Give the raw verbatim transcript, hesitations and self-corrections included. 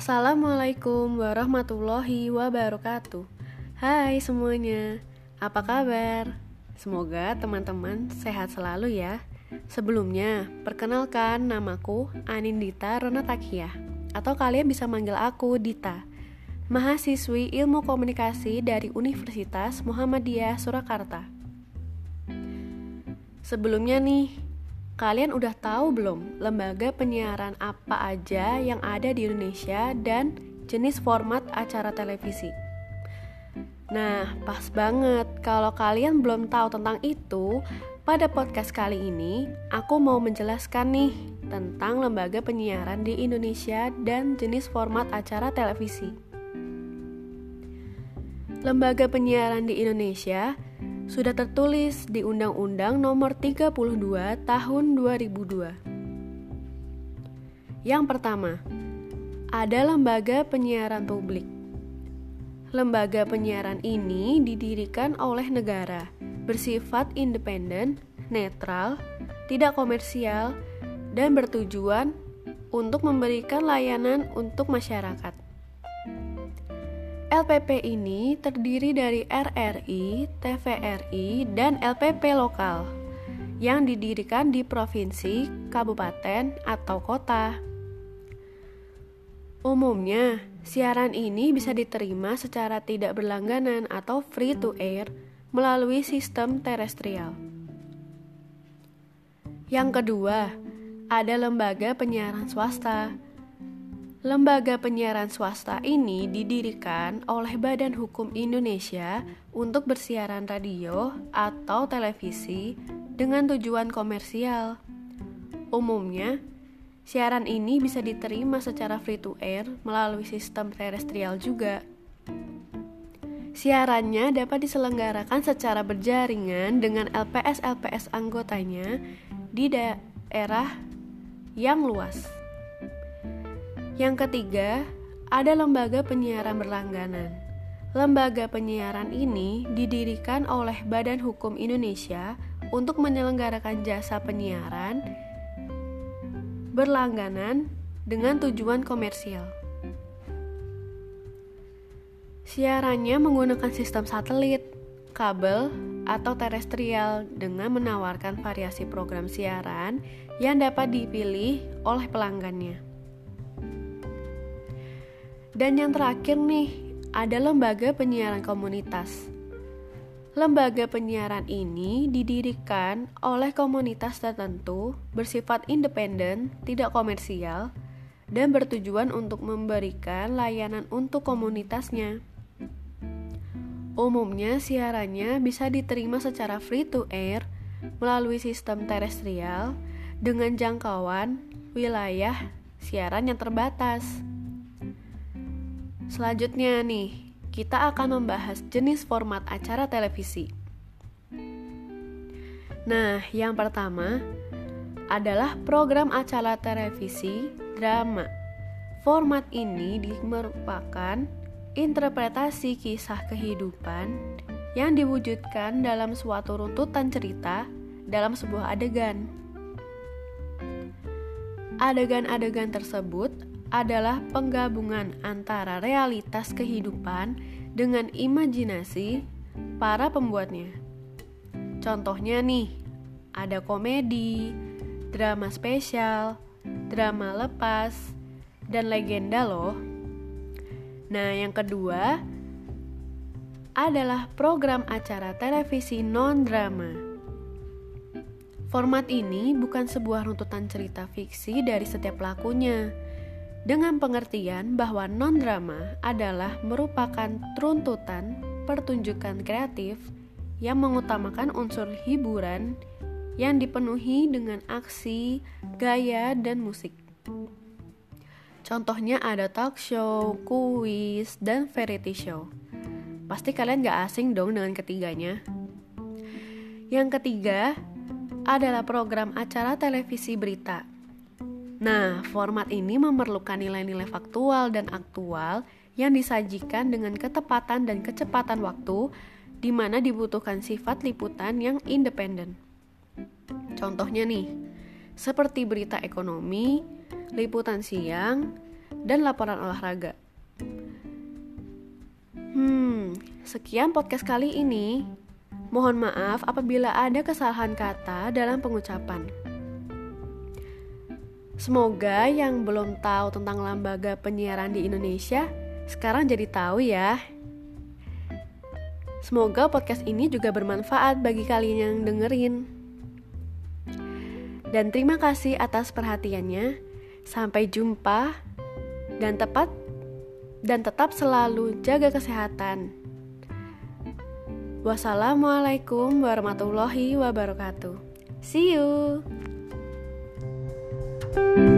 Assalamualaikum warahmatullahi wabarakatuh. Hai semuanya, apa kabar? Semoga teman-teman sehat selalu ya. Sebelumnya, perkenalkan namaku Anindita Ronatakiah, atau kalian bisa manggil aku Dita, mahasiswi Ilmu Komunikasi dari Universitas Muhammadiyah Surakarta. Sebelumnya nih, kalian udah tahu belum lembaga penyiaran apa aja yang ada di Indonesia dan jenis format acara televisi? Nah, pas banget kalau kalian belum tahu tentang itu. Pada podcast kali ini, aku mau menjelaskan nih tentang lembaga penyiaran di Indonesia dan jenis format acara televisi. Lembaga penyiaran di Indonesia sudah tertulis di Undang-Undang Nomor tiga puluh dua Tahun dua ribu dua. Yang pertama, ada Lembaga Penyiaran Publik. Lembaga penyiaran ini didirikan oleh negara, bersifat independen, netral, tidak komersial, dan bertujuan untuk memberikan layanan untuk masyarakat. L P P ini terdiri dari R R I, T V R I, dan L P P lokal yang didirikan di provinsi, kabupaten, atau kota. Umumnya, siaran ini bisa diterima secara tidak berlangganan atau free to air melalui sistem terestrial. Yang kedua, ada lembaga penyiaran swasta. Lembaga penyiaran swasta ini didirikan oleh Badan Hukum Indonesia untuk bersiaran radio atau televisi dengan tujuan komersial. Umumnya, siaran ini bisa diterima secara free to air melalui sistem terestrial juga. Siarannya dapat diselenggarakan secara berjaringan dengan L P S-L P S anggotanya di daerah yang luas. Yang ketiga, ada lembaga penyiaran berlangganan. Lembaga penyiaran ini didirikan oleh Badan Hukum Indonesia untuk menyelenggarakan jasa penyiaran berlangganan dengan tujuan komersial. Siarannya menggunakan sistem satelit, kabel, atau terestrial dengan menawarkan variasi program siaran yang dapat dipilih oleh pelanggannya. Dan yang terakhir nih, ada lembaga penyiaran komunitas. Lembaga penyiaran ini didirikan oleh komunitas tertentu, bersifat independen, tidak komersial, dan bertujuan untuk memberikan layanan untuk komunitasnya. Umumnya siarannya bisa diterima secara free to air melalui sistem terestrial dengan jangkauan wilayah siaran yang terbatas. Selanjutnya nih, kita akan membahas jenis format acara televisi. Nah, yang pertama adalah program acara televisi drama. Format ini merupakan interpretasi kisah kehidupan yang diwujudkan dalam suatu runtutan cerita dalam sebuah adegan. Adegan-adegan tersebut adalah penggabungan antara realitas kehidupan dengan imajinasi para pembuatnya. Contohnya nih, ada komedi, drama spesial, drama lepas, dan legenda loh. Nah, yang kedua adalah program acara televisi non-drama. Format ini bukan sebuah runtutan cerita fiksi dari setiap pelakunya, dengan pengertian bahwa non-drama adalah merupakan runtutan pertunjukan kreatif yang mengutamakan unsur hiburan yang dipenuhi dengan aksi, gaya, dan musik. Contohnya ada talk show, kuis, dan variety show. Pasti kalian gak asing dong dengan ketiganya. Yang ketiga adalah program acara televisi berita. Nah, format ini memerlukan nilai-nilai faktual dan aktual yang disajikan dengan ketepatan dan kecepatan waktu, di mana dibutuhkan sifat liputan yang independen. Contohnya nih, seperti berita ekonomi, liputan siang, dan laporan olahraga. Hmm, sekian podcast kali ini. Mohon maaf apabila ada kesalahan kata dalam pengucapan. Semoga yang belum tahu tentang lembaga penyiaran di Indonesia sekarang jadi tahu ya. Semoga podcast ini juga bermanfaat bagi kalian yang dengerin. Dan terima kasih atas perhatiannya. Sampai jumpa dan tepat dan tetap selalu jaga kesehatan. Wassalamualaikum warahmatullahi wabarakatuh. See you.